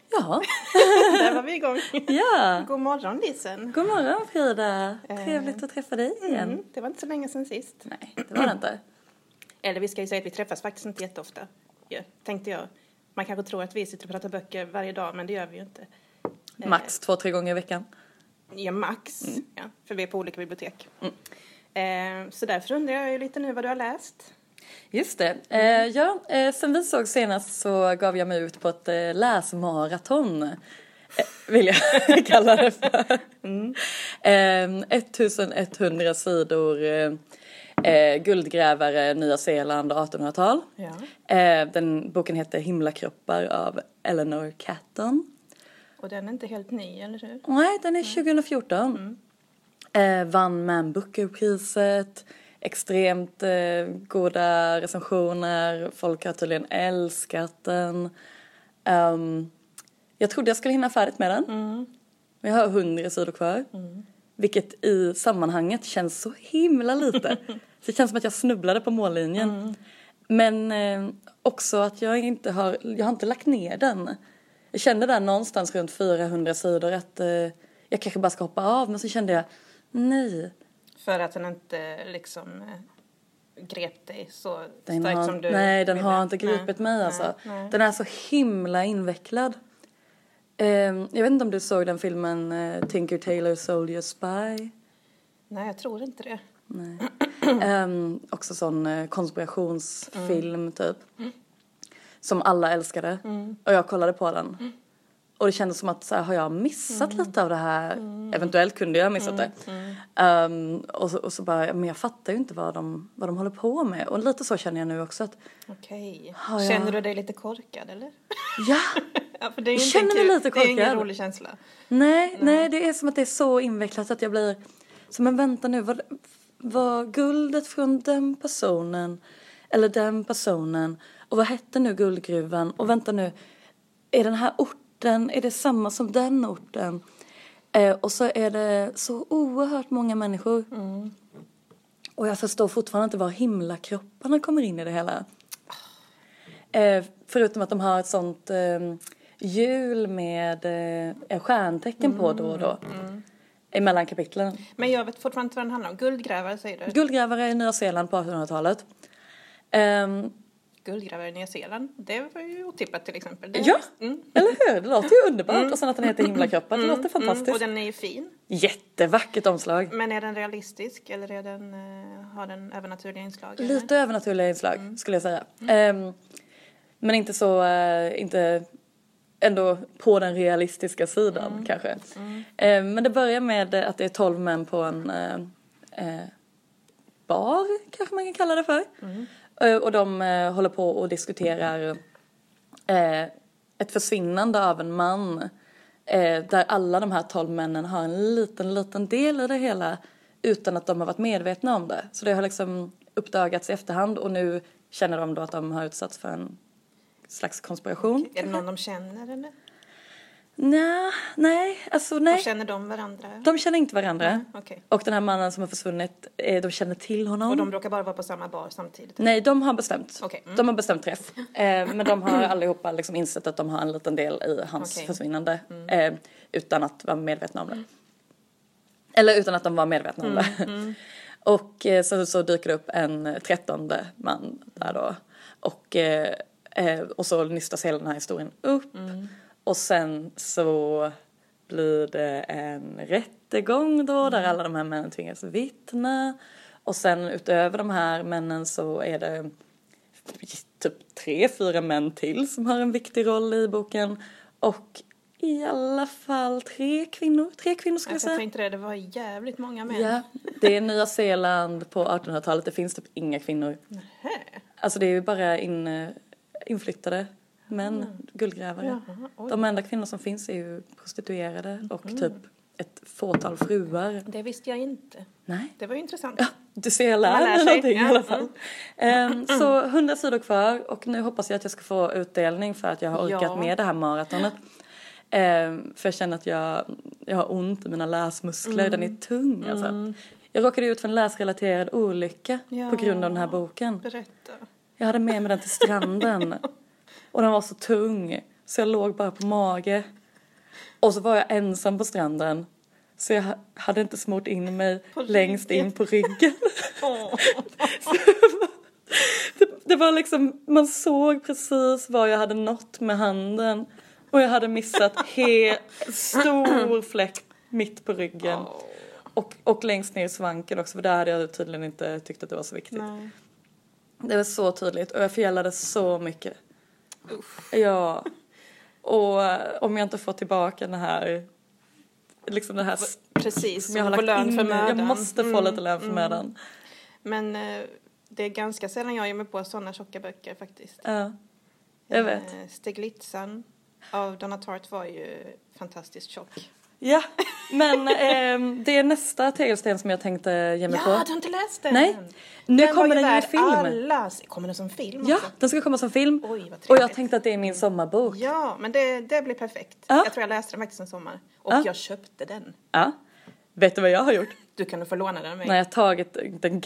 Ja. Där var vi igång. Ja. God morgon, Lisen. God morgon, Frida. Trevligt att träffa dig igen. Det var inte så länge sedan sist. Nej, det var det inte. Eller vi ska ju säga att vi träffas faktiskt inte jätteofta. Ja, tänkte jag. Man kanske tror att vi sitter och pratar böcker varje dag, men det gör vi ju inte. Max 2-3 gånger i veckan. Ja, max. Ja, för vi är på olika bibliotek. Så därför undrar jag ju lite nu vad du har läst. Just det. Sen vi såg senast så gav jag mig ut på ett läsmaraton. Vill jag kalla det för. 1100 sidor guldgrävare, Nya Zeeland, 1800-tal. Ja. Den boken heter Himlakroppar av Eleanor Catton. Och den är inte helt ny, eller hur? Nej, den är 2014. Vann Man Booker-priset. Extremt goda recensioner. Folk har tydligen älskat den. Jag trodde jag skulle hinna färdigt med den. Men jag har 100 sidor kvar. Vilket i sammanhanget känns så himla lite. Så det känns som att jag snubblade på mållinjen. Men också att jag har inte lagt ner den. Jag kände där någonstans runt 400 sidor att jag kanske bara ska hoppa av. Men så kände jag, nej. För att den inte liksom grep dig så Den starkt har, som du nej, den ville. har inte gripit mig alltså. Nej. Den är så himla invecklad. Jag vet inte om du såg den filmen Tinker Tailor Soldier Spy. Nej, jag tror inte det. Nej. Också sån konspirationsfilm typ. Som alla älskade. Och jag kollade på den. Och det kändes som att så här, har jag missat lite av det här? Eventuellt kunde jag ha missat det. Och så bara, men jag fattar ju inte vad de håller på med. Och lite så känner jag nu också. Att, Okej. jag... Känner du dig lite korkad, eller? Ja, Ja, för det är ju jag känner mig lite korkad. Det är ingen rolig känsla. Nej, det är som att det är så invecklat att jag blir... Så men vänta nu, var guldet från den personen eller den personen? Och vad hette nu guldgruvan? Och vänta nu, är den här orten, är det samma som den orten? Och så är det så oerhört många människor. Och jag förstår fortfarande inte var himlakropparna kommer in i det hela. Förutom att de har ett sånt hjul med stjärntecken på då och då. Emellan kapitlen. Men jag vet fortfarande inte vad den handlar om. Guldgrävare, säger du? Guldgrävare i Nya Zeeland på 1800-talet. Guldgrävare i Nya Zeeland. Det var ju otippat till exempel. Ja, eller hur? Det låter ju underbart. Och sen att den heter Himlakroppar. Det låter fantastiskt. Och den är ju fin. Jättevackert omslag. Men är den realistisk? Eller är den, har den övernaturliga inslag? Eller? Lite övernaturliga inslag skulle jag säga. Men inte så... inte ändå på den realistiska sidan kanske. Men det börjar med att det är 12 män på en bar, kanske man kan kalla det för. Och de håller på och diskuterar ett försvinnande av en man. Där alla de här 12 männen har en liten del i det hela utan att de har varit medvetna om det. Så det har liksom uppdagats i efterhand och nu känner de då att de har utsatts för en slags konspiration. Är det någon de känner eller? Nej. Och känner de varandra? De känner inte varandra. Okay. Och den här mannen som har försvunnit, de känner till honom. Och de råkar bara vara på samma bar samtidigt? Nej, de har bestämt. Okay. De har bestämt träff. Men de har allihopa liksom insett att de har en liten del i hans försvinnande. Utan att vara medvetna om det. Eller utan att de var medvetna om det. Och så dyker det upp en 13:e man där då. Och så nystas hela den här historien upp. Och sen så blir det en rättegång då. Där alla de här männen tvingas vittna. Och sen utöver de här männen så är det typ 3-4 män till som har en viktig roll i boken. Och i alla fall 3 kvinnor. 3 kvinnor skulle jag säga. Jag tänkte det var jävligt många män. Ja, det är Nya Zeeland på 1800-talet. Det finns typ inga kvinnor. Nähä. Alltså det är ju bara inflyttade män, guldgrävare. De enda kvinnor som finns är ju prostituerade och typ ett fåtal fruar. Det visste jag inte. Nej. Det var ju intressant. Ja, du ser, jag lär mig någonting i alla fall. Så 100 sidor kvar och nu hoppas jag att jag ska få utdelning för att jag har orkat med det här maratonet. För jag känner att jag har ont i mina läsmuskler, den är tung alltså. Jag råkade ut för en läsrelaterad olycka på grund av den här boken. Berätta. Jag hade med mig den till stranden. Och den var så tung. Så jag låg bara på mage. Och så var jag ensam på stranden. Så jag hade inte smort in mig längst in på ryggen. Det var liksom, man såg precis var jag hade nått med handen. Och jag hade missat stor fläck mitt på ryggen. Och längst ner i svanken också. För där hade jag tydligen inte tyckt att det var så viktigt. Nej. Det var så tydligt. Och jag fjällade så mycket. Ja. Och om jag inte får tillbaka den här... Liksom det här... Precis, som jag har få lagt lön in. för mödan. Jag måste få lite lön för mödan. Men det är ganska sällan jag ger mig på sådana tjocka böcker faktiskt. Ja, jag vet. Stiglitzan av Donna Tartt var ju fantastiskt tjock. Ja, men det är nästa tegelsten som jag tänkte ge mig på. Ja, du har inte läst den? Nej, nu kommer den ju i film. Kommer den som film Ja, också? den ska komma som film. Oj, vad trevligt. Och jag tänkte att det är min sommarbok. Ja, men det blir perfekt. Ja. Jag tror jag läste den faktiskt en sommar. Och jag köpte den. Ja, vet du vad jag har gjort? Du kan få låna den av mig. När jag har tagit det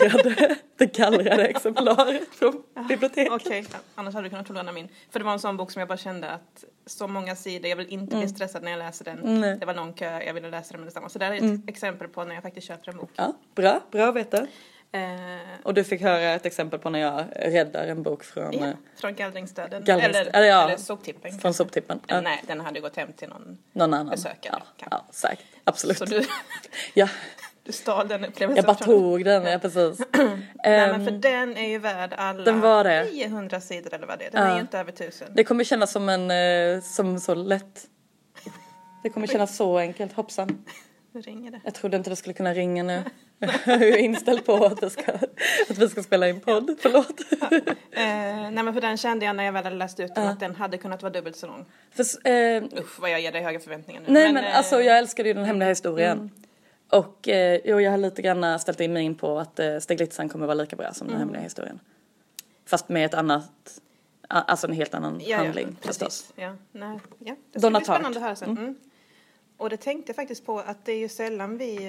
gallrade exemplaret från biblioteket. Okej, annars hade du kunnat få låna min. För det var en sån bok som jag bara kände att så många sidor, jag vill inte bli stressad när jag läser den. Nej. Det var någon kö, jag ville läsa den med detsamma. Så det är ett exempel på när jag faktiskt köper en bok. Ja, bra att veta. Och du fick höra ett exempel på när jag räddar en bok från... Från gallringsdöden. Eller soptippen. Från soptippen. Ja. Nej, den hade gått hem till någon annan besökare. Ja, säkert. Absolut. Så du, ja. du stal den upplevelsen. Jag bara tog den, ja precis. Nej, men för den är ju värd alla den var det. 900 sidor eller vad det är. Den är ju inte över 1000. Det kommer kännas som så lätt. Det kommer kännas så enkelt, hoppsan. Nu ringer det. Jag trodde inte det skulle kunna ringa nu. Jag är inställd på att vi ska spela in podd. Förlåt. Nej, men för den kände jag när jag väl hade läst ut den att den hade kunnat vara dubbelt så lång. Usch, vad jag ger dig höga förväntningar nu. Nej, men alltså jag älskade ju den hemliga historien. Och jag har lite grann ställt in mig in på att Stiglitzan kommer vara lika bra som den hemliga historien. Fast med ett annat, alltså en helt annan handling förstås. Ja, nej, ja. Det ska Donna bli spännande Tartt. att höra sen. Och det tänkte jag faktiskt på att det är ju sällan vi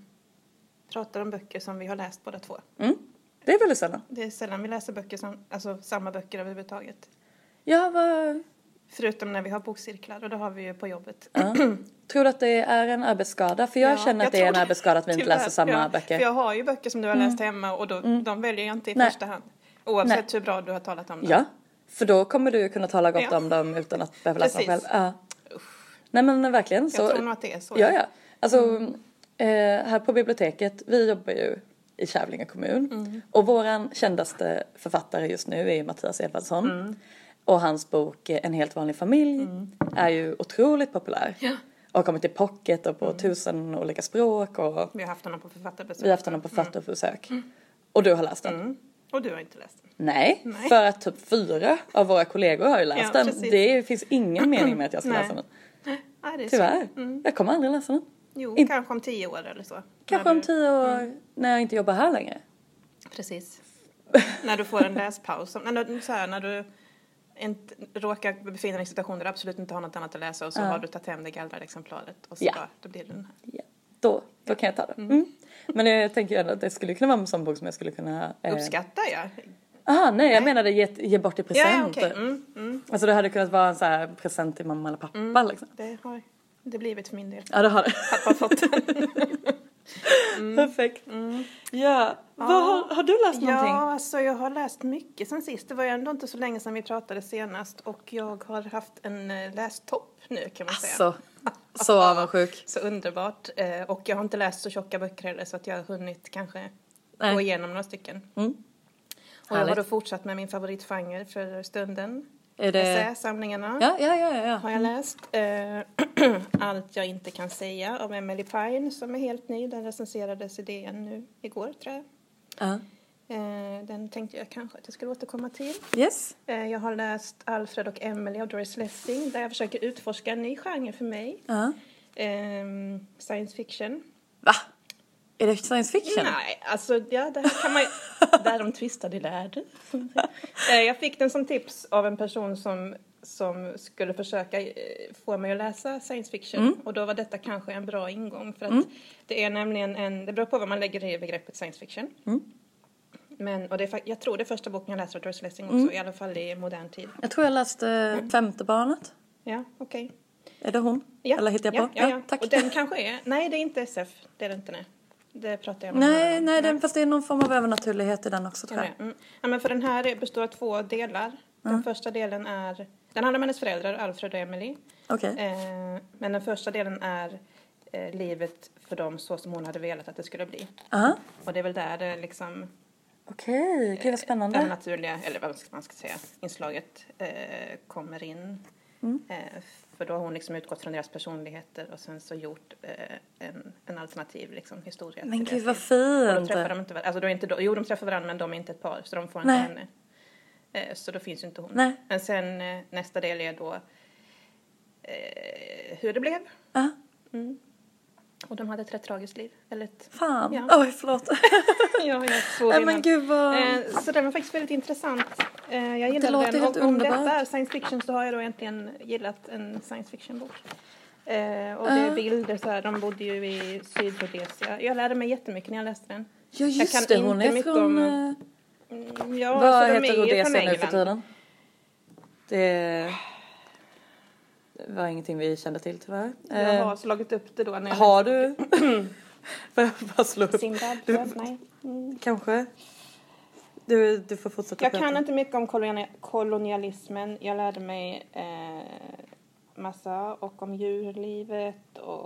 pratar om böcker som vi har läst båda två. Det är väldigt sällan. Det är sällan vi läser böcker alltså samma böcker överhuvudtaget. Ja, Förutom när vi har bokcirklar och det har vi ju på jobbet. Tror du att det är en arbetsskada? För jag känner att det är en arbetsskada att vi inte läser samma böcker. För jag har ju böcker som du har läst hemma och de väljer jag inte i första hand. Oavsett hur bra du har talat om dem. Ja, för då kommer du kunna tala gott om dem utan att behöva läsa dem själv. Ja. Nej men verkligen. Jag tror nog att det är så. Ja. Alltså här på biblioteket, vi jobbar ju i Kävlinge kommun. Och våran kändaste författare just nu är Mattias Edvardsson. Och hans bok En helt vanlig familj är ju otroligt populär. Ja. Och har kommit i pocket och på 1000 olika språk. Och vi har haft honom på författarbesök. Vi har haft honom på författarbesök. Och du har läst den. Och du har inte läst den. Nej, för att typ 4 av våra kollegor har ju läst den. Precis. Det finns ingen mening med att jag ska läsa den. Nej, det är tyvärr. Jag kommer aldrig läsa den. Jo, kanske om 10 år eller så. Kanske om 10 år när jag inte jobbar här längre. Precis. När du får en läspaus. När du inte råkar befinna dig i en situation där du absolut inte har något annat att läsa och så har du tagit hem det gallrade exemplaret och så då blir det den här. Ja. Då kan jag ta det. Men jag tänker att det skulle kunna vara en sån bok som jag skulle kunna... Uppskatta, ja. Aha, nej, jag menade ge bort i present. Ja, okay. Alltså det hade kunnat vara en så här present till mamma eller pappa liksom. Det har det blivit för min del. Ja, det har det. Pappa har fått den. Perfekt. Ja. Har du läst någonting? Ja, alltså jag har läst mycket sen sist. Det var ju ändå inte så länge sedan vi pratade senast. Och jag har haft en lästopp nu kan man säga. Alltså, så avundsjuk. Så underbart. Och jag har inte läst så tjocka böcker heller så att jag har hunnit kanske gå igenom några stycken. Och jag har då fortsatt med min favoritgenre för stunden. Är det... Essäsamlingarna. Ja. Har jag läst. Allt jag inte kan säga av Emily Pine som är helt ny. Den recenserades i DN nu igår tror jag. Den tänkte jag kanske att jag skulle återkomma till. Yes. Jag har läst Alfred och Emily av Doris Lessing. Där jag försöker utforska en ny genre för mig. Science fiction. Va? Är det science fiction? Nej, alltså ja, det här kan man ju... där de tvistade lärde. Jag fick den som tips av en person som skulle försöka få mig att läsa science fiction. Och då var detta kanske en bra ingång. För att det är nämligen det beror på vad man lägger i begreppet science fiction. Och jag tror det är första boken jag läser av Doris Lessing också, i alla fall i modern tid. Jag tror jag läste Femte barnet. Ja, okej. Är det hon? Ja. Eller hittar jag på? Ja. Tack. Och den kanske är... Nej, det är inte SF. Det är det inte, nej. Det pratar jag om. Nej, fast det är någon form av övernaturlighet i den också, tror jag. Ja, men för den här består av 2 delar. Den första delen är... Den handlar om hennes föräldrar, Alfred och Emily. Okej. Men den första delen är livet för dem så som hon hade velat att det skulle bli. Och det är väl där det liksom... Okej, gud vad spännande. Det naturliga, eller vad man ska säga, inslaget kommer in. För då har hon liksom utgått från deras personligheter och sen så gjort en alternativ liksom, historia. Men gud vad fint. Och de träffar dem inte, alltså de träffar varandra men de är inte ett par så de får inte henne. Så då finns ju inte hon. Nej. Men sen nästa del är då hur det blev. Och de hade ett rätt tragiskt liv. Eller Fan, ja. Oj förlåt. Jag såg men gud vad... Så den var faktiskt väldigt intressant. Jag Det gillade låter den. helt Och om underbart. detta är science fiction så har jag då egentligen gillat en science fiction-bok. Och det är bilder så här. De bodde ju i Sydrhodesia. Jag lärde mig jättemycket när jag läste den. Ja jag just kan det, hon inte är från... Ja, vad så de heter är ju från Rhodesia nu för England. tiden? Det var ingenting vi kände till tyvärr. Jag har slagit upp det då. När jag Har du? Får jag bara slå upp? Zimbabwe? Nej. Kanske. Du får fortsätta Jag prata. kan inte mycket om kolonialismen. Jag lärde mig massa och om djurlivet.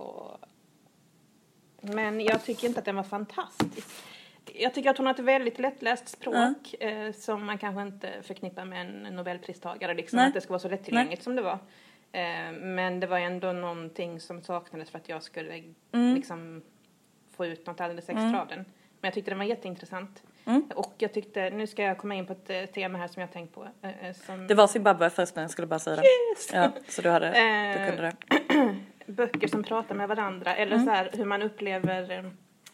Men jag tycker inte att den var fantastisk. Jag tycker att hon har ett väldigt lättläst språk som man kanske inte förknippar med en Nobelpristagare. Liksom, att det ska vara så lättillgängligt som det var. Men det var ändå någonting som saknades för att jag skulle liksom, få ut något alldeles extra av den. Men jag tyckte den var jätteintressant. Och jag tyckte, nu ska jag komma in på ett tema här som jag tänkt på. Det var Zimbabwe först, men jag skulle bara säga det. Yes! Ja, så du kunde det. Böcker som pratar med varandra. Eller så här, hur man upplever...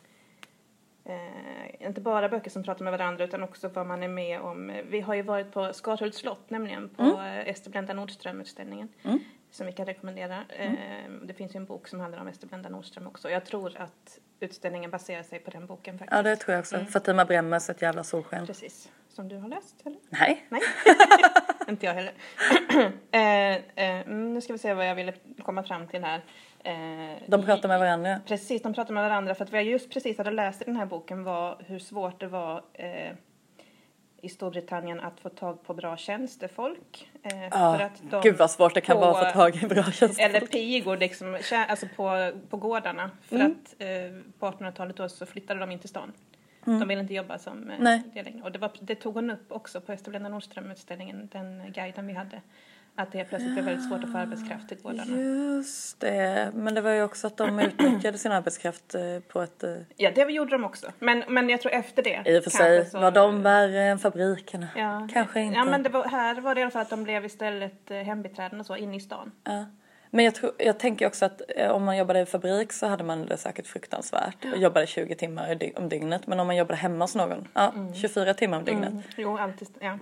inte bara böcker som pratar med varandra utan också vad man är med om. Vi har ju varit på Skarhults slott, nämligen på Ester Blenda Nordström-utställningen som vi kan rekommendera. Det finns ju en bok som handlar om Ester Blenda Nordström också. Jag tror att utställningen baserar sig på den boken faktiskt. Ja, det tror jag också. Fatima Bremmes, Ett jävla solsken. Precis. Som du har läst, eller? Nej. Inte jag heller. Nu ska vi se vad jag ville komma fram till här. De pratar med varandra. Precis, de pratar med varandra. För att vi just precis hade läst i den här boken var hur svårt det var i Storbritannien att få tag på bra tjänstefolk. För att Gud vad svårt det kan vara att få tag i bra tjänstefolk. Eller pigor liksom, alltså på gårdarna. För att på 1800-talet då så flyttade de in till stan. De ville inte jobba som det längre. Och det tog hon upp också på Ester Blenda Nordström-utställningen, den guiden vi hade. Att det plötsligt blev väldigt svårt att få arbetskraft till gårdarna. Just det. Men det var ju också att de utnyttjade sin arbetskraft på ett... Ja, det gjorde de också. Men jag tror efter det... I och för sig var de värre än fabrikerna. Ja, kanske inte. Ja, men här var det i alla fall att de blev istället hembiträden och så inne i stan. Ja. Men jag tänker också att om man jobbade i fabrik så hade man det säkert fruktansvärt. Och jobbade 20 timmar om dygnet. Men om man jobbade hemma hos någon, 24 timmar om dygnet. Jo, alltid. Ja.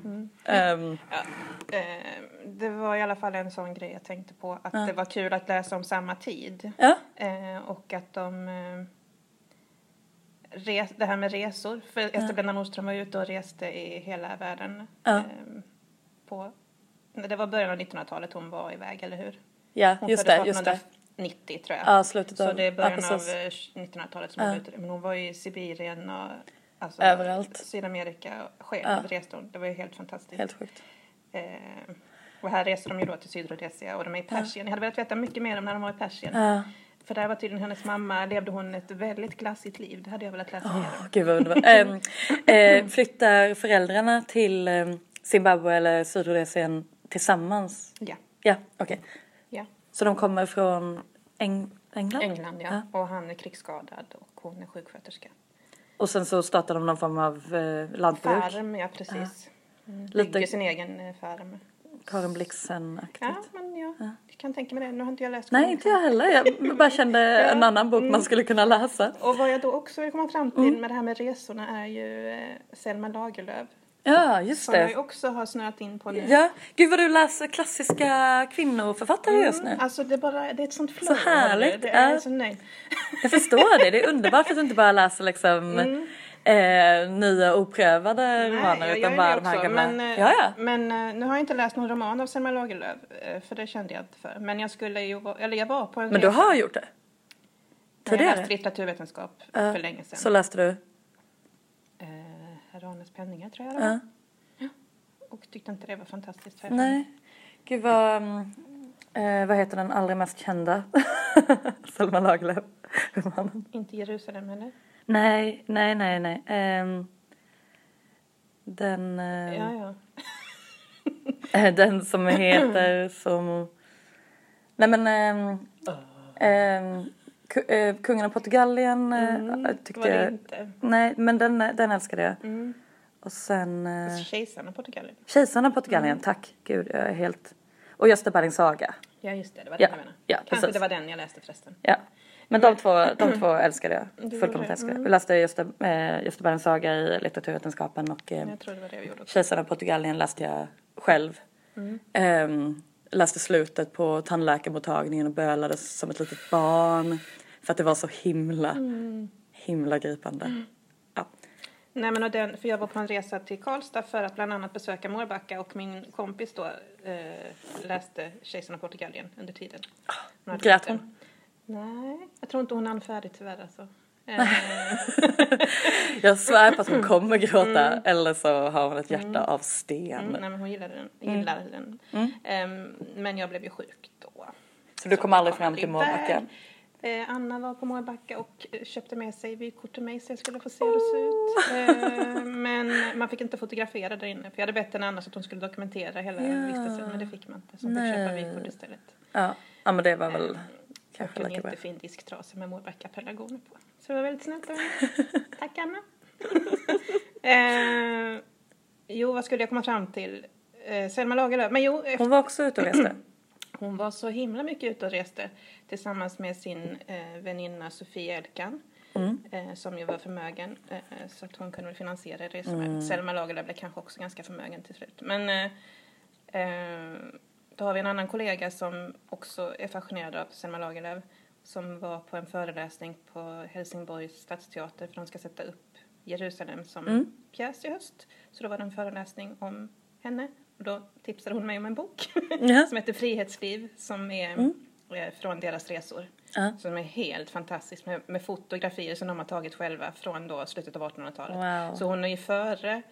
Det var i alla fall en sån grej jag tänkte på. Att det var kul att läsa om samma tid. Ja. Och att det här med resor. För Ester Blenda Nordström var ute och reste i hela världen. Det var början av 1900-talet hon var iväg, eller hur? Ja, Hon just det. 1890 tror jag. Ja, slutet av... Så det är början av precis. 1900-talet som hon var ute. Men hon var i Sibirien och överallt. Sydamerika själv reste hon. Det var ju helt fantastiskt. Helt sjukt. Och här reser de ju då till Sydrhodesia och de är i Persien. Jag hade velat veta mycket mer om när de var i Persien. För där var tydligen hennes mamma, levde hon ett väldigt glassigt liv. Det hade jag velat läsa mer om. Gud vad underbart. Flyttar föräldrarna till Zimbabwe eller Sydrhodesia tillsammans? Ja. Ja, okej. Ja. Så de kommer från England? England, ja. Och han är krigsskadad och hon är sjuksköterska. Och sen så startar de någon form av lantbruk? Farm, ja precis. Lite bygger sin egen farm. Karin Blixen-aktigt. Ja, men jag kan tänka mig det. Nu har inte jag läst. Nej, inte jag heller. Jag bara kände en annan bok man skulle kunna läsa. Och vad jag då också vill komma fram till med det här med resorna är ju Selma Lagerlöf. Ja, just som det. jag ju också har snöat in på nu. Ja, gud vad du läser klassiska kvinnoförfattare just nu. Alltså det är ett sånt flow. Så härligt. Det är så nöjd. Jag förstår det. Det är underbart att du inte bara läser liksom nya oprövade romaner utan bara de här gamla. Men nu har jag inte läst någon roman av Selma Lagerlöf, för det kände jag inte för. Men jag skulle ju, eller jag var på en Men du har gjort det? Jag läste litteraturvetenskap för länge sedan. Så läste du? Herr Arnes penningar tror jag det var. Ja. Och tyckte inte det var fantastiskt. Nej. Gud vad heter den allra mest kända Selma Lagerlöf-romanen? Inte Jerusalem eller? Nej. Den... den som heter som... Nej men... Kungen av Portugalien tyckte var det jag... inte. Nej, men den älskade jag. Och sen... Kejsarna av Portugalien. Kejsarna av Portugalien, tack. Gud, jag är helt... Och Gösta Berlings saga. Ja, just det var den jag menade. Ja, Kanske precis. det var den jag läste förresten. Ja, men de två älskade jag. Fullkomligt älskade jag. Jag läste Gösta Berlings saga i litteraturvetenskapen och jag tror det var det jag gjorde också. Kejsarna av Portugalien läste jag själv. Läste slutet på tandläkarmottagningen och bölades som ett litet barn. För att det var så himla gripande. Ja. Nej men för jag var på en resa till Karlstad för att bland annat besöka Mårbacka och min kompis då läste Kejsarna av Portugalien under tiden. Grät hon? Nej, jag tror inte hon hann färdigt tyvärr alltså. Jag svär på att hon kommer gråta eller så har hon ett hjärta av sten. Nej men hon gillade den. Men jag blev ju sjuk då. Så du kom aldrig fram till Mårbacka? Anna var på Mårbacka och köpte med sig vykort till mig så jag skulle få se hur det såg ut. Men man fick inte fotografera där inne. För jag hade bett henne annars att hon skulle dokumentera hela vistelsen. Men det fick man inte. Så hon fick köpa vykort istället. Ja, men det var väl kanske och en lika bra. jättefin disktrasa med Mårbacka-pelargoner på. Så det var väldigt snällt av henne. Tack Anna. Vad skulle jag komma fram till? Selma Lagerlöf. Men hon var också ute och reste. Hon var så himla mycket ute och reste tillsammans med sin väninna Sofia Elkan. Som ju var förmögen så att hon kunde finansiera resorna. Selma Lagerlöf blev kanske också ganska förmögen till slut. Men då har vi en annan kollega som också är fascinerad av Selma Lagerlöf som var på en föreläsning på Helsingborgs stadsteater för de ska sätta upp Jerusalem som pjäs i höst. Så då var det en föreläsning om henne. Och då tipsade hon mig om en bok som heter Frihetsliv som är från deras resor. Som är helt fantastisk med fotografier som de har tagit själva från då slutet av 1800-talet. Wow. Så hon är ju före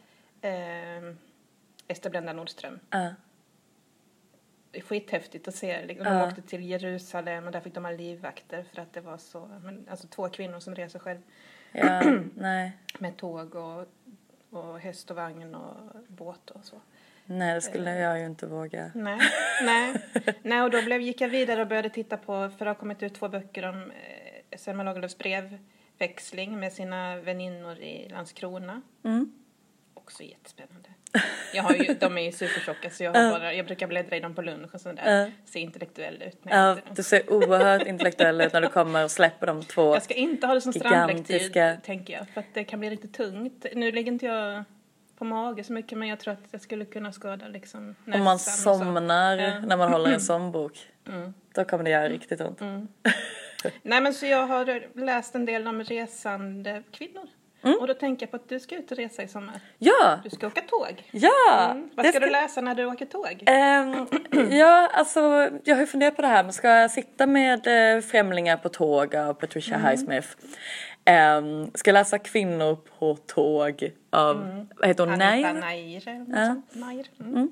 Ester Blenda Nordström. Det är skithäftigt att se. De åkte till Jerusalem och där fick de ha livvakter för att det var så. Alltså 2 kvinnor som reser själv. Ja, nej. Med tåg och häst och vagn och båt och så. Nej, det skulle jag ju inte våga. Nej, och då gick jag vidare och började titta på, för det har kommit ut 2 böcker om Selma Lagerlöfs brevväxling med sina väninnor i Landskrona. Också jättespännande. De är ju supertjocka så jag brukar bläddra i dem på lunch och sådär. Ser intellektuell ut. Du ser oerhört intellektuell ut när du kommer och släpper de 2. Jag ska inte ha det som strandlektyr, tänker jag. För att det kan bli lite tungt. Nu lägger inte jag på mage så mycket, men jag tror att jag skulle kunna skada liksom om man somnar när man håller en sån bok. Då kommer det göra riktigt ont. Nej, men så jag har läst en del om resande kvinnor. Och då tänker jag på att du ska ut och resa i sommar. Ja. Du ska åka tåg. Ja. Vad ska du läsa när du åker tåg? Alltså jag har ju funderat på det här. Men ska jag sitta med Främlingar på tåg av Patricia Highsmith? Ska jag läsa Kvinnor på tåg av vad heter hon? Nair.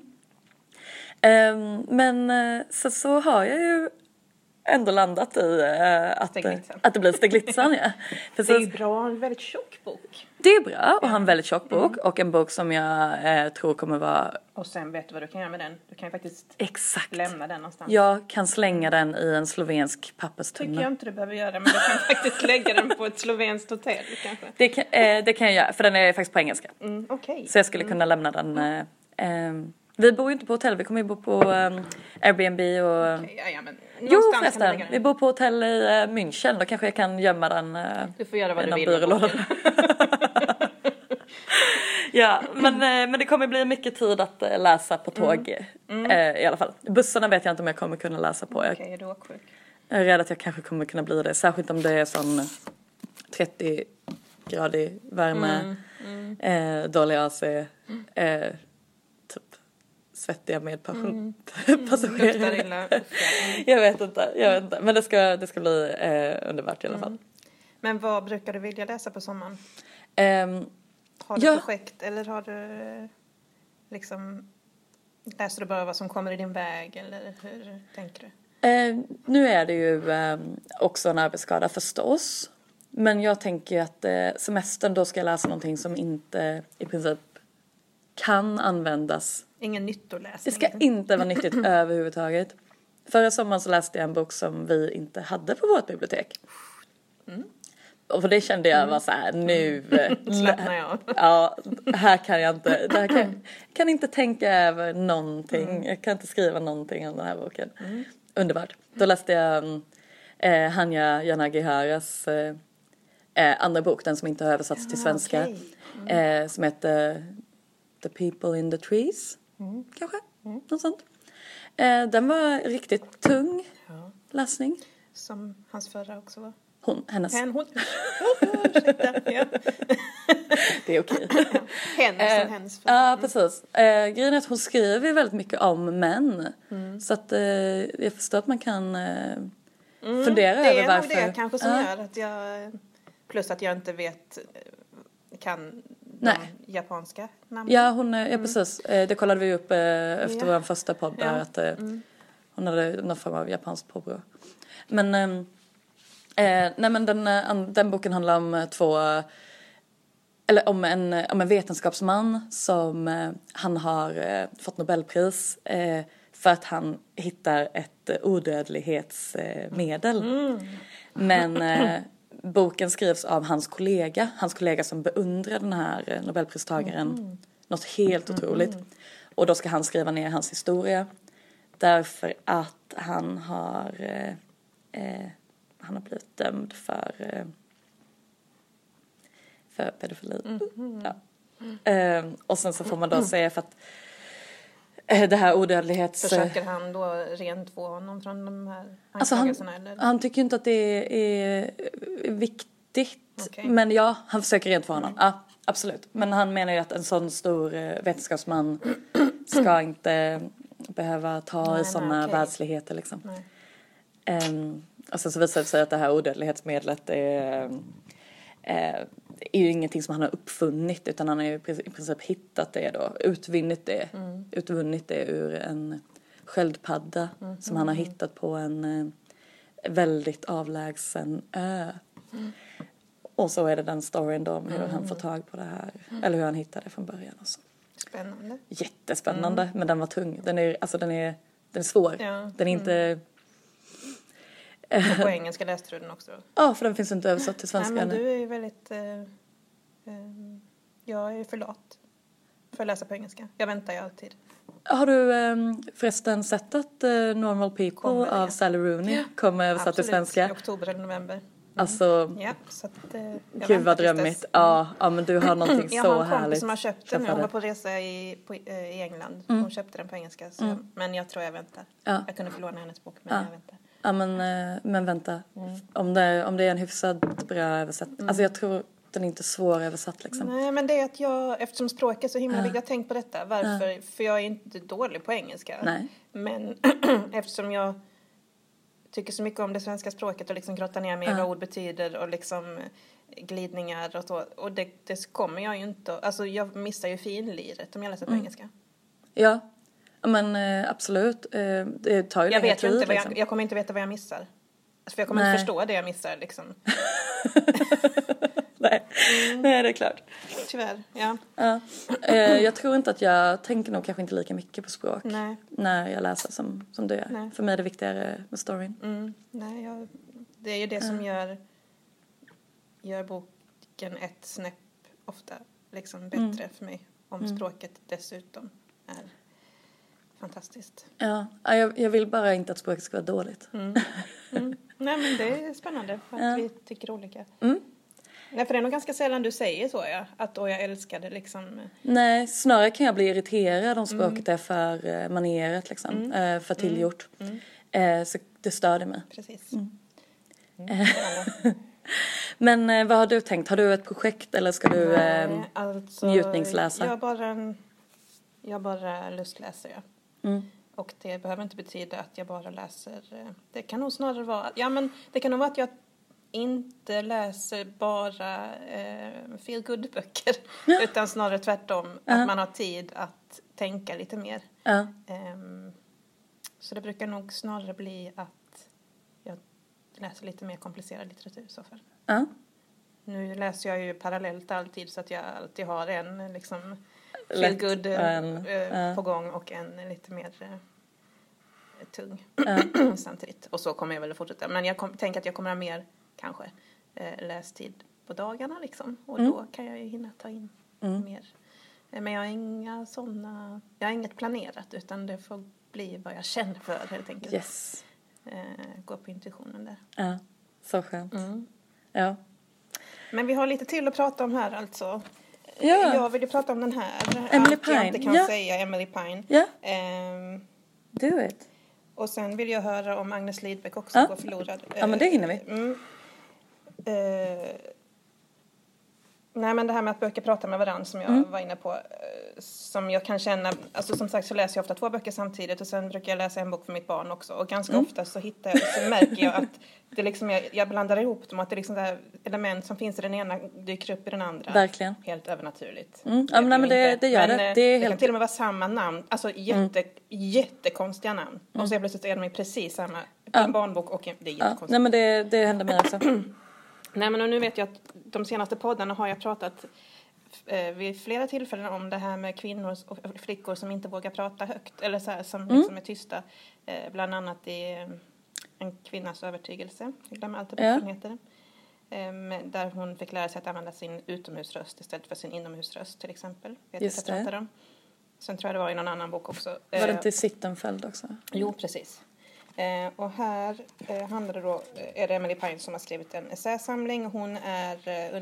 Men så har jag ju ändå landat i att det blir Stiglitzan. Ja. Det är ju bra, en väldigt tjock bok. Det är bra att ha en väldigt tjock bok och en bok som jag tror kommer vara... Och sen vet du vad du kan göra med den. Du kan ju faktiskt lämna den någonstans. Jag kan slänga den i en slovensk papperstunna. Tycker jag inte du behöver göra, men du kan faktiskt lägga den på ett slovenskt hotell kanske. Det kan jag göra, för den är faktiskt på engelska. Okay. Så jag skulle kunna lämna den... Vi bor ju inte på hotell, vi kommer ju bo på Airbnb och... Jo förresten, vi bor på hotell i München, då kanske jag kan gömma den du får göra vad du vill. Ja, men det kommer bli mycket tid att läsa på tåg i alla fall. Bussarna vet jag inte om jag kommer kunna läsa på. Okej, du är åksjuk. Jag är rädd att jag kanske kommer kunna bli det, särskilt om det är sån 30 gradig värme, dålig AC, typ svettiga medpassagerare. Jag vet inte. Men det ska bli underbart i alla fall. Men vad brukar du vilja läsa på sommaren? Har du projekt eller har du liksom, läser du bara vad som kommer i din väg eller hur tänker du? Nu är det ju också en arbetsskada förstås. Men jag tänker att semestern då ska jag läsa någonting som inte i princip kan användas. Ingen nyttoläsning. Det ska inte vara nyttigt överhuvudtaget. Förra sommaren så läste jag en bok som vi inte hade på vårt bibliotek. Och för det kände jag var så här, nu slappnar jag. Ja, här kan jag inte, kan inte tänka över någonting. Jag kan inte skriva någonting om den här boken. Underbart. Då läste jag Hanya Yanagiharas andra bok, den som inte har översatts till svenska. Som heter The People in the Trees. Kanske, något sånt. Den var riktigt tung läsning. Som hans förra också var. Hennes. Ursäkta, ja. Det är okej. Hennes. Ja, precis. Grejen är att hon skriver väldigt mycket om män. Så att jag förstår att man kan fundera över varför. Det är nog det kanske som gör att jag, plus att jag inte kan de japanska namn. Ja, precis. Det kollade vi upp efter vår första podd där att hon hade någon form av japanskt påbrå. Men den boken handlar om om en vetenskapsman som han har fått Nobelpris för att han hittar ett odödlighetsmedel. Men boken skrivs av hans kollega som beundrar den här Nobelpristagaren något helt otroligt. Och då ska han skriva ner hans historia därför att han har blivit dömd för pedofili. Ja. Och sen så får man då säga för att det här odödlighets... Försöker han då rent få honom från de här anklagelserna? Alltså han tycker inte att det är viktigt. Okay. Men ja, han försöker rent få honom. Ja, absolut. Men han menar ju att en sån stor vetenskapsman ska inte behöva ta i sådana världsligheter liksom. Och sen så visar det sig att det här odödlighetsmedlet är ju ingenting som han har uppfunnit, utan han har ju i princip hittat det då, utvunnit det ur en sköldpadda som han har hittat på en väldigt avlägsen ö. Och så är det den storyn då om hur han får tag på det här, eller hur han hittade det från början och så. Spännande. Jättespännande, men den var tung. Den är svår. Ja. Den är inte... Och på engelska läste du den också? Ja, för den finns inte översatt till svenska. Nej, men du är väldigt... jag är för lat för att läsa på engelska. Jag väntar ju alltid. Har du förresten sett att Normal People av Sally Rooney kommer översatt till svenska? I oktober eller november. Alltså, ja, så att, gud vad drömmigt. Ja, men du har någonting så härligt. Jag har en kompis som har köpt den nu. Hon var på resa i England. Hon köpte den på engelska. Så, men jag tror jag väntar. Ja. Jag kunde förlåna hennes bok, men jag väntar. Ja, men vänta. Om det är en hyfsad bra översättning. Alltså jag tror den är inte svår översatt liksom. Nej, men det är att eftersom språket är så himla viktigt, jag har tänkt på detta. Varför? För jag är inte dålig på engelska. Nej. Men eftersom jag tycker så mycket om det svenska språket och liksom grottar ner mig vad ord betyder och liksom glidningar och så. Och det kommer jag ju inte. Alltså jag missar ju finliret om jag läser på engelska. Ja. Men absolut, det tar ju jag vet tid. Inte liksom. jag kommer inte veta vad jag missar. Alltså, för jag kommer inte förstå det jag missar liksom. Nej, det är klart. Tyvärr, ja. Jag tror inte att jag tänker nog kanske inte lika mycket på språk. Nej. När jag läser som du gör. Nej. För mig är det viktigare med storyn. Nej, det är ju det som gör boken ett snäpp ofta liksom bättre för mig. Om språket dessutom är fantastiskt. Ja, jag vill bara inte att språket ska vara dåligt. Nej, men det är spännande att vi tycker olika. Nej, för det är nog ganska sällan du säger så, att jag älskar det liksom. Nej, snarare kan jag bli irriterad om språket är för manierat liksom, för tillgjort. Så det störde mig. Precis. Men vad har du tänkt? Har du ett projekt eller ska du njutningsläsa? Jag bara lustläser. Mm. Och det behöver inte betyda att jag bara läser. Det kan nog snarare vara. Ja, men det kan nog vara att jag inte läser bara feel good böcker. Utan snarare tvärtom. Att man har tid att tänka lite mer. Så det brukar nog snarare bli att jag läser lite mer komplicerad litteratur i så fall. Nu läser jag ju parallellt alltid så att jag alltid har en liksom feel good på gång och en lite mer tung samtidigt. Och så kommer jag väl att fortsätta. Men jag tänker att jag kommer att ha mer kanske lästid på dagarna liksom. Och då kan jag ju hinna ta in mer. Men jag har inget planerat utan det får bli vad jag känner för helt enkelt. Yes. Gå på intuitionen där. Ja, så skönt. Ja. Men vi har lite till att prata om här alltså. Ja. Jag vill ju prata om den här. Emily Allt jag Pine. inte kan säga, Emily Pine. Ja. Do it. Och sen vill jag höra om Agnes Lidbeck också går förlorad. Ja, men det hinner vi. Nej, men det här med att böcker pratar med varandra som jag var inne på. Som jag kan känna, alltså som sagt så läser jag ofta 2 böcker samtidigt och sen brukar jag läsa en bok för mitt barn också. Och ganska ofta så märker jag att det liksom, jag blandar ihop dem. Att det liksom det här element som finns i den ena dyker upp i den andra. Verkligen. Helt övernaturligt. Ja, men det gör det. Men det kan till och med vara samma namn. Alltså jättekonstiga namn. Och så plötsligt är de i precis samma en barnbok och det är jättekonstigt. Nej, men det händer mig också. Nej, men och nu vet jag att de senaste poddarna har jag pratat vid flera tillfällen om det här med kvinnor och flickor som inte vågar prata högt. Eller så här, som liksom är tysta. Bland annat i En kvinnas övertygelse. Jag glömmer alltid vad den heter. Där hon fick lära sig att använda sin utomhusröst istället för sin inomhusröst till exempel. Just det. Om. Sen tror jag det var i någon annan bok också. Var det inte Sittenfeld också? Jo, precis. Och här handlar det då, är det Emily Pine som har skrivit en essäsamling. Hon är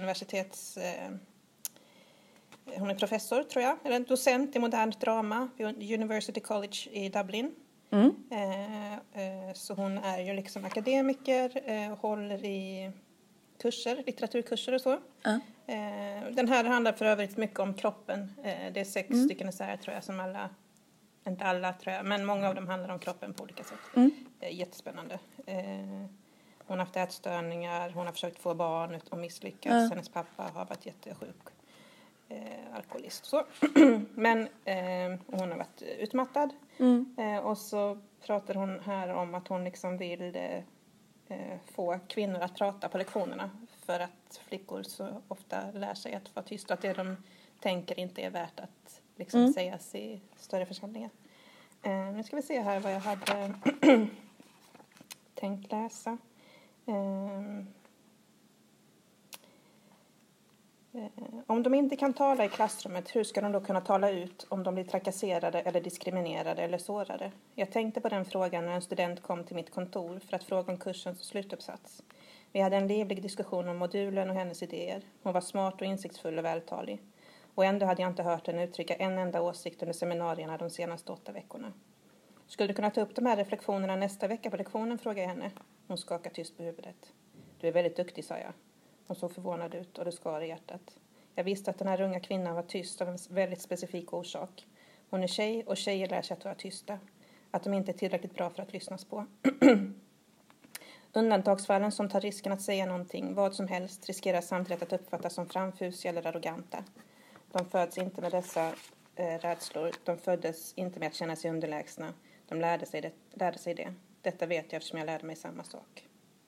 hon är professor tror jag, eller en docent i modernt drama vid University College i Dublin. Så hon är ju liksom akademiker, håller i kurser, litteraturkurser och så. Den här handlar för övrigt mycket om kroppen. Det är 6 stycken essäer tror jag som alla, inte alla tror jag, men många av dem handlar om kroppen på olika sätt. Jättespännande. Hon har haft ätstörningar, hon har försökt få barn och misslyckats. Hennes pappa har varit jättesjuk. Alkoholist så. Men hon har varit utmattad. Och så pratar hon här om att hon liksom vill få kvinnor att prata på lektionerna. För att flickor så ofta lär sig att vara tysta. Att det de tänker inte är värt att liksom sägas i större församlingar. Nu ska vi se här vad jag hade tänkt läsa. Om de inte kan tala i klassrummet, hur ska de då kunna tala ut om de blir trakasserade eller diskriminerade eller sårade? Jag tänkte på den frågan när en student kom till mitt kontor för att fråga om kursens slutuppsats. Vi hade en livlig diskussion om modulen och hennes idéer. Hon var smart och insiktsfull och vältalig. Och ändå hade jag inte hört henne uttrycka en enda åsikt under seminarierna de senaste 8 veckorna. Skulle du kunna ta upp de här reflektionerna nästa vecka på lektionen, frågade jag henne. Hon skakade tyst på huvudet. Du är väldigt duktig, sa jag. Hon såg förvånad ut och det skar i hjärtat. Jag visste att den här unga kvinnan var tyst av en väldigt specifik orsak. Hon är tjej och tjejer lär sig att vara tysta. Att de inte är tillräckligt bra för att lyssnas på. Undantagsfallen som tar risken att säga någonting, vad som helst, riskerar samtidigt att uppfattas som framfusiga eller arroganta. De föds inte med dessa rädslor. De föddes inte med att känna sig underlägsna. De lärde sig det. Detta vet jag eftersom jag lärde mig samma sak.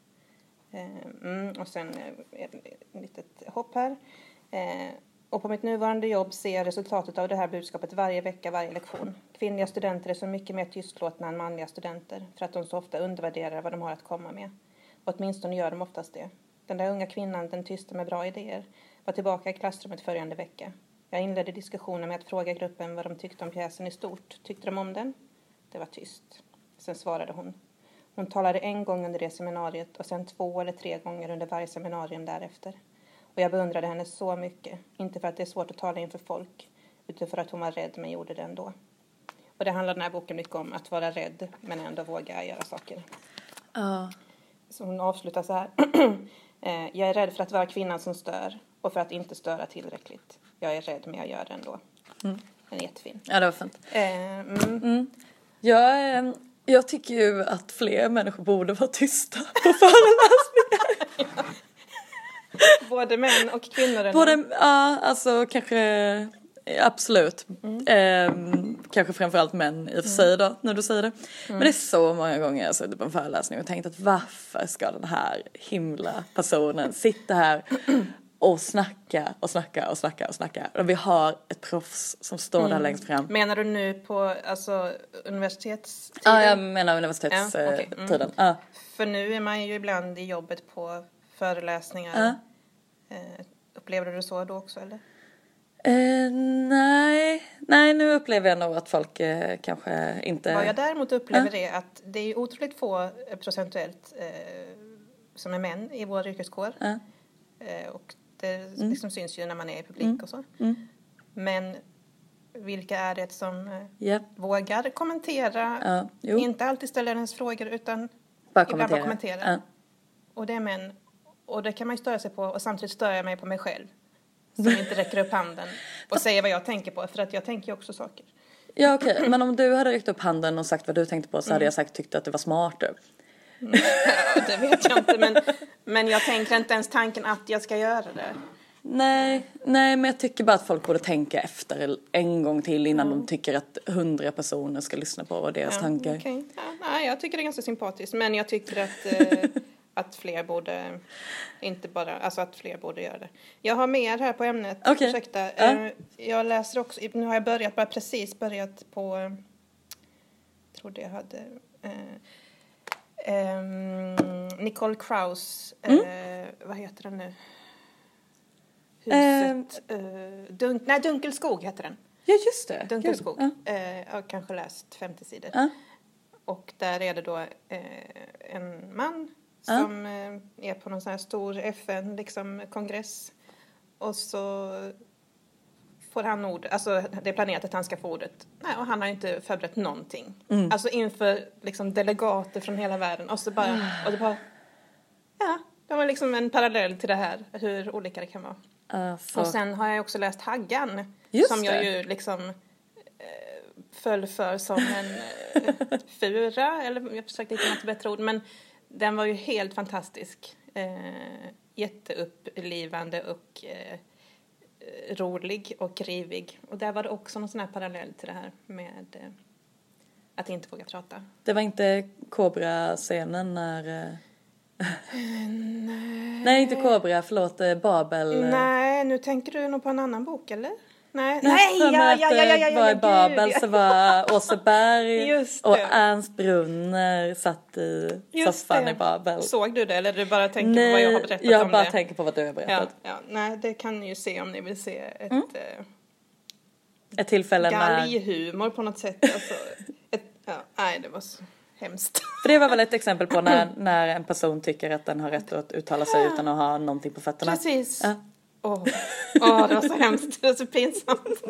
Och sen ett litet hopp här. Och på mitt nuvarande jobb ser jag resultatet av det här budskapet varje vecka, varje lektion. Kvinnliga studenter är så mycket mer tystlåtna än manliga studenter för att de så ofta undervärderar vad de har att komma med. Och åtminstone gör de oftast det. Den där unga kvinnan, den tysta med bra idéer, var tillbaka i klassrummet följande vecka. Jag inledde diskussionen med att fråga gruppen vad de tyckte om pjäsen i stort. Tyckte de om den? Det var tyst. Sen svarade hon. Hon talade en gång under det seminariet och sen 2 eller 3 gånger under varje seminarium därefter. Och jag beundrade henne så mycket. Inte för att det är svårt att tala inför folk, utan för att hon var rädd men gjorde det ändå. Och det handlar den här boken mycket om att vara rädd men ändå våga göra saker. Så hon avslutar så här. Jag är rädd för att vara kvinnan som stör och för att inte störa tillräckligt. Jag är rädd, men jag gör det ändå. Den är jättefin. Ja, det var fint. Jag tycker ju att fler människor borde vara tysta på föreläsningar. Både män och kvinnor? Ja, alltså kanske... Absolut. Kanske framförallt män i och för sig då, när du säger det. Men det är så många gånger jag suttit på en föreläsning och tänkt att varför ska den här himla personen sitta här och snacka. Och vi har ett proffs som står där längst fram. Menar du nu på universitetstiden? Ja, jag menar universitetstiden. Ja. För nu är man ju ibland i jobbet på föreläsningar. Upplever du det så då också, eller? Nej, nu upplever jag nog att folk kanske inte... Vad jag däremot upplever är att det är otroligt få procentuellt som är män i vår yrkeskår. Och det liksom syns ju när man är i publik och så. Men vilka är det som vågar kommentera? Inte alltid ställa ens frågor utan ibland bara kommentera. Och det är män. Och det kan man ju störa sig på, och samtidigt stör jag mig på mig själv. Som inte räcker upp handen och säger vad jag tänker på. För att jag tänker ju också saker. Ja, okej. Men om du hade räckt upp handen och sagt vad du tänkte på, så hade jag sagt tyckt att det var smart. Ja, det vet jag inte. Men jag tänker inte ens tanken att jag ska göra det. Nej, men jag tycker bara att folk borde tänka efter en gång till innan de tycker att 100 personer ska lyssna på deras tankar. Okay. Nej, jag tycker det är ganska sympatiskt. Men jag tycker att fler borde, inte bara, alltså att fler borde göra det. Jag har mer här på ämnet. Okay. Ursäkta. Jag läser också, nu har jag precis börjat på, trodde jag hade, Nicole Kraus, vad heter den nu? Huset, Dunkelskog heter den. Ja, just det. Dunkelskog. Jag har kanske läst 50 sidor. Och där är det då en man som är på någon sån här stor FN liksom kongress, och så får han ord, alltså det är planerat att han ska få ordet. Nej, och han har inte förberett någonting. Alltså inför liksom delegater från hela världen, och så bara det var liksom en parallell till det här, hur olika det kan vara. Och sen har jag också läst Haggan, som jag ju liksom föll för som en fura, eller jag försökte hitta något bättre ord, men den var ju helt fantastisk. Jätteupplivande och rolig och rivig. Och där var det också någon sån här parallell till det här med att inte våga prata. Det var inte Kobra-scenen när... Nej, inte Kobra, förlåt, Babel. Nej, nu tänker du nog på en annan bok, eller? Nej, var i Babel så var Åseberg och Ernst Brunner satt i soffan i Babel. Såg du det, eller du bara tänker på vad jag har berättat om det? Jag bara tänker på vad du har berättat. Nej, det kan ni ju se om ni vill se ett tillfälle galghumor på något sätt. Alltså, nej, det var så hemskt. För det var väl ett exempel på när en person tycker att den har rätt att uttala sig utan att ha någonting på fötterna. Precis. Det var så hemskt. Det var så pinsamt.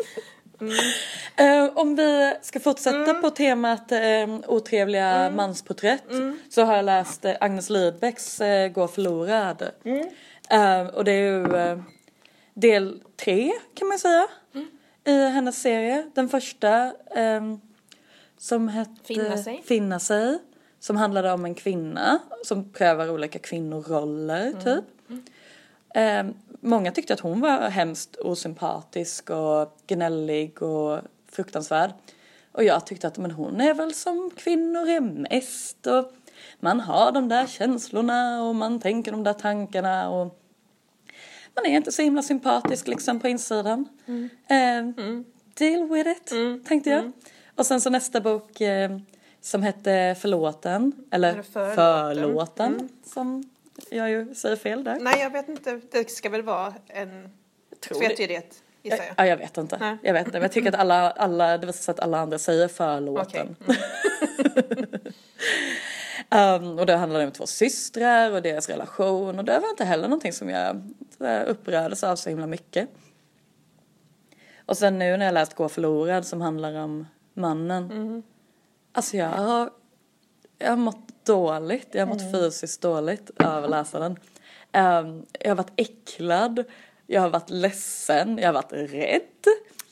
Om vi ska fortsätta på temat otrevliga mansporträtt, så har jag läst Agnes Lidbecks Gå förlorad. Och det är ju del 3 kan man säga i hennes serie. Den första som hette Finna sig, som handlade om en kvinna som prövar olika kvinnoroller typ. Många tyckte att hon var hemskt osympatisk och gnällig och fruktansvärd. Och jag tyckte att men hon är väl som kvinnor är mest. Och man har de där känslorna och man tänker de där tankarna. Och man är inte så himla sympatisk liksom på insidan. Deal with it, tänkte jag. Och sen så nästa bok som hette Förlåten. Eller Förlåten, som... Jag ju säger fel där. Nej, jag vet inte. Det ska väl vara en tvetydighet, gissar jag. Ja, jag vet inte. Nej. Jag vet inte. Men jag tycker att alla det var så att alla andra säger förlåten. Okay. Och det handlar om 2 systrar och deras relation. Och det var inte heller någonting som jag upprördes av så himla mycket. Och sen nu när jag läst Gå förlorad, som handlar om mannen. Alltså jag har mått dåligt. Jag har mått fysiskt dåligt av att läsa den. Jag har varit äcklad. Jag har varit ledsen. Jag har varit rädd.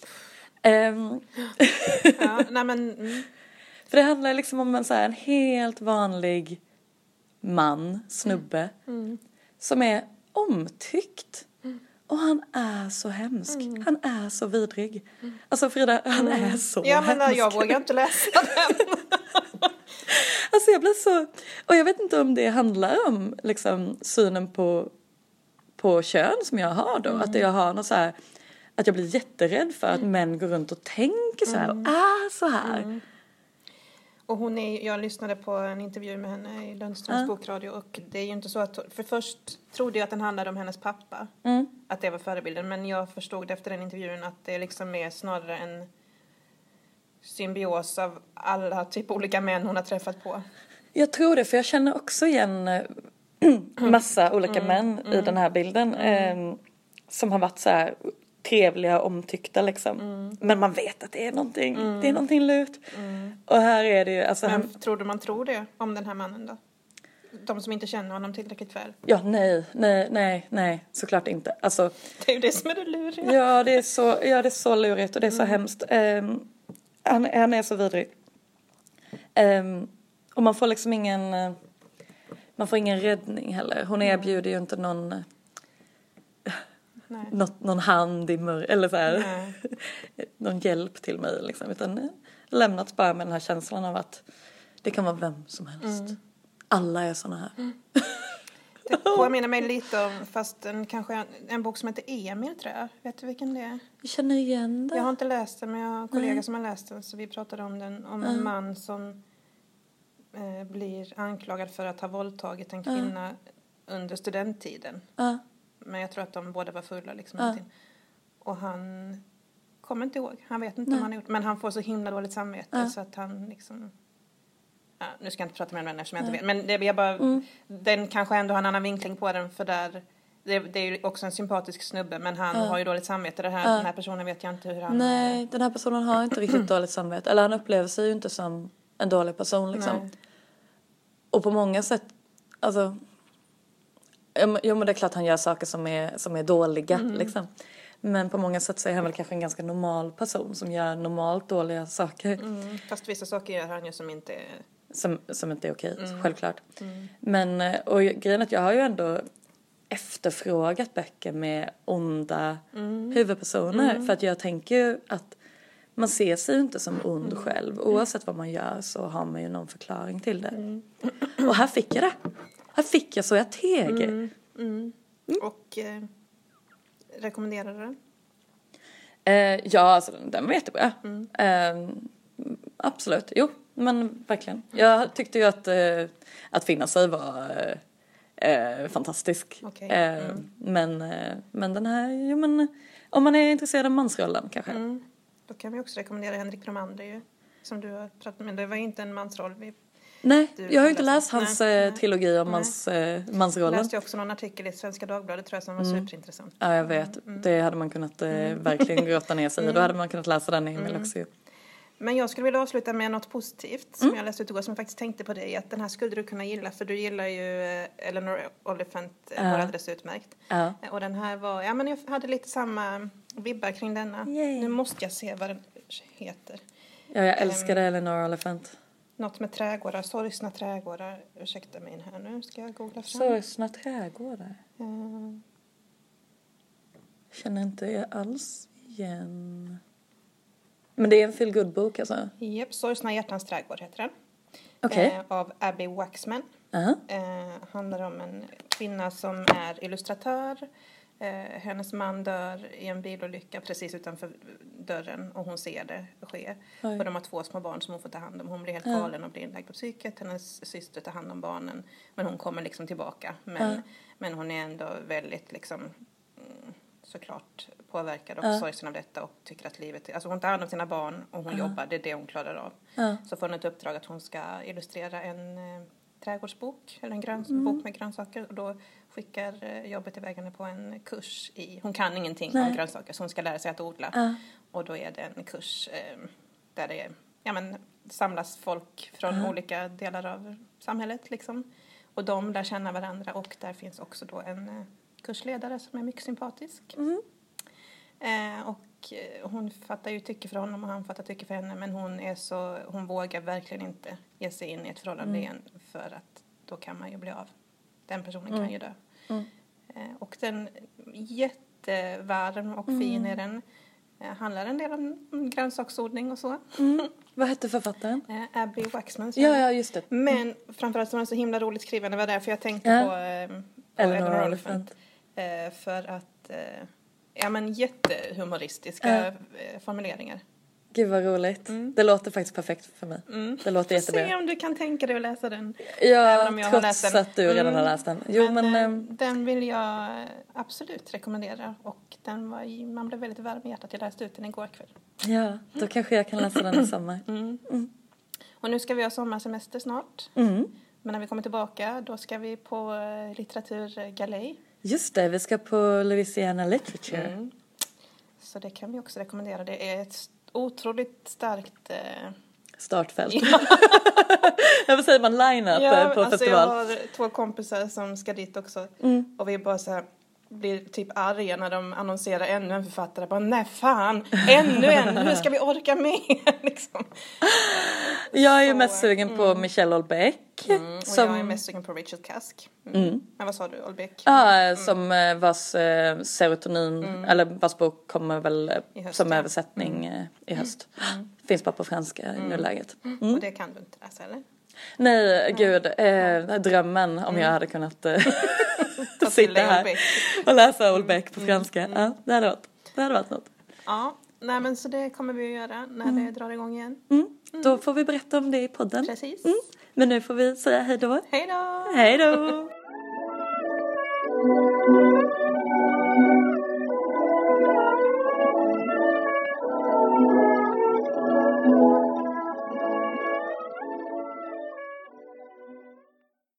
Ja, nej men... För det handlar liksom om en helt vanlig man, snubbe. Som är omtyckt. Och han är så hemsk. Han är så vidrig. Alltså Frida, han är så hemsk. Men jag vågar inte läsa den. Alltså jag blir så... Och jag vet inte om det handlar om liksom synen på kön som jag har då. Att jag har något så här... Att jag blir jätterädd för att män går runt och tänker så här. Och är så här. Och jag lyssnade på en intervju med henne i Lundströms bokradio. Och det är ju inte så att... För först trodde jag att den handlade om hennes pappa. Att det var förebilden. Men jag förstod efter den intervjun att det liksom är snarare en symbios av alla typ olika män hon har träffat på. Jag tror det, för jag känner också igen massa olika män i den här bilden. Som har varit så här trevliga, omtyckta liksom. Men man vet att det är någonting. Det är någonting lurt. Och här är det ju... Alltså, men tror du man tror det om den här mannen då? De som inte känner honom tillräckligt väl. Ja, nej, såklart inte. Alltså, det är ju det som är det luriga. Ja, det är så lurigt och det är så hemskt. Han är så vidrig. Och man får liksom ingen räddning heller. Hon erbjuder ju inte någon hand i eller så här, någon hjälp till mig liksom, utan lämnats bara med den här känslan av att det kan vara vem som helst. Alla är såna här. Det påminner mig lite om, fast kanske en bok som heter Emil, tror jag. Vet du vilken det är? Jag känner igen det. Jag har inte läst den, men jag har en kollega som har läst den, så vi pratade om den. Om en man som blir anklagad för att ha våldtagit en kvinna under studenttiden. Men jag tror att de båda var fulla liksom. Och han kommer inte ihåg. Han vet inte om han har gjort. Men han får så himla dåligt samvete så att han liksom... Ja, nu ska jag inte prata mer om den eftersom jag inte vet. Men det är bara... Den kanske ändå har en annan vinkling på den. För där... Det är ju också en sympatisk snubbe. Men han har ju dåligt samvete. Den här personen vet jag inte hur han... Nej, den här personen har inte riktigt dåligt samvete. Eller han upplever sig ju inte som en dålig person liksom. Nej. Och på många sätt... Alltså... Jo, men det är klart han gör saker som är dåliga liksom. Men på många sätt så är han väl kanske en ganska normal person som gör normalt dåliga saker. Fast vissa saker gör han ju som inte är... Som inte är okej, självklart. Men, och grejen är att jag har ju ändå efterfrågat böcker med onda huvudpersoner. För att jag tänker ju att man ser sig ju inte som ond själv. Oavsett vad man gör så har man ju någon förklaring till det. Och här fick jag det. Här fick jag så jag teg. Och rekommenderar du den? Ja, alltså den var jättebra. Absolut, jo, men verkligen. Jag tyckte ju att finna sig var fantastisk. Okay. Men den här, jo men om man är intresserad av mansrollen kanske. Då kan vi också rekommendera Henrik Bromander ju, som du har pratat med. Det var ju inte en mansroll. Nej, jag har ju inte läst hans trilogi om mansrollen. Jag läste också någon artikel i Svenska Dagbladet, tror jag, som var superintressant. Ja, jag vet. Det hade man kunnat verkligen grotta ner sig i. Då hade man kunnat läsa den i Emil också. Men jag skulle vilja avsluta med något positivt som jag läste ut igår, som jag faktiskt tänkte på dig. Att den här skulle du kunna gilla, för du gillar ju Eleanor Oliphant, var alldeles utmärkt. Och den här var, ja men jag hade lite samma vibbar kring denna. Nu måste jag se vad den heter. Ja, jag älskade Eleanor Oliphant. Något med trädgårdar, sorgsna trädgårdar. Ursäkta mig här nu, ska jag googla fram. Sorgsna trädgårdar? Känner inte alls igen. Men det är en feel good bok alltså? Japp, Sorgsna hjärtans trädgård heter den. Okay. Av Abby Waxman. Handlar om en kvinna som är illustratör. Hennes man dör i en bilolycka precis utanför dörren och hon ser det ske. Och de har 2 små barn som hon får ta hand om. Hon blir helt galen och blir inlagd på psyket. Hennes syster tar hand om barnen, men hon kommer liksom tillbaka. Men hon är ändå väldigt liksom såklart påverkad och sorgsen av detta och tycker att livet... Alltså hon tar hand om sina barn och hon jobbar, det är det hon klarar av. Så får hon ett uppdrag att hon ska illustrera en trädgårdsbok eller en bok med grönsaker, och då skickar jobbet iväg henne på en kurs i... Hon kan ingenting om grönsaker, så hon ska lära sig att odla. Och då är det en kurs där det samlas folk från olika delar av samhället liksom. Och de lär känna varandra och där finns också då en kursledare som är mycket sympatisk. Och hon fattar ju tycke för honom och han fattar tycke för henne, men hon vågar verkligen inte ge sig in i ett förhållande igen, för att då kan man ju bli av. Den personen kan ju dö. Och den jättevarm och fin är den. Handlar en del om grönsaksodling och så. Vad hette författaren? Abby Waxman. Ja, just det. Men framförallt så var den så himla roligt skriven. Det var därför jag tänkte på Eleanor Oliphant. För att jättehumoristiska formuleringar. Gud vad roligt. Det låter faktiskt perfekt för mig. Det låter jättebra. Se om du kan tänka dig att läsa den. Ja, om jag har läst trots den. att du redan har läst den. Jo, men den vill jag absolut rekommendera. Och man blev väldigt varm i hjärtat. Jag läste ut den igår kväll. Ja, då kanske jag kan läsa den i sommar. Och nu ska vi ha sommarsemester snart. Men när vi kommer tillbaka, då ska vi på litteraturgalej. Just det, vi ska på Louisiana Literature. Så det kan vi också rekommendera. Det är ett otroligt starkt startfält. Jag vill säga man line-up på festival. Jag har 2 kompisar som ska dit också. Och vi bara så här blir typ arga när de annonserar ännu en författare. Bara, nej fan, ännu en. Hur ska vi orka med? Liksom. Jag är ju mest sugen på Michelle Houellebecq. Och jag är mest sugen på Rachel Cusk. Men vad sa du, Houellebecq? Som vars serotonin, eller vars bok kommer väl höst, som översättning i höst. Finns bara på franska i nuläget. Och det kan du inte läsa, eller? Nej, gud. Drömmen om jag hade kunnat sitta här och läsa Houellebecq på franska. Ja, det hade varit något. Ja, nej men så det kommer vi att göra när det drar igång igen. Då får vi berätta om det i podden. Precis. Men nu får vi säga hej då. Hej då! Hej då!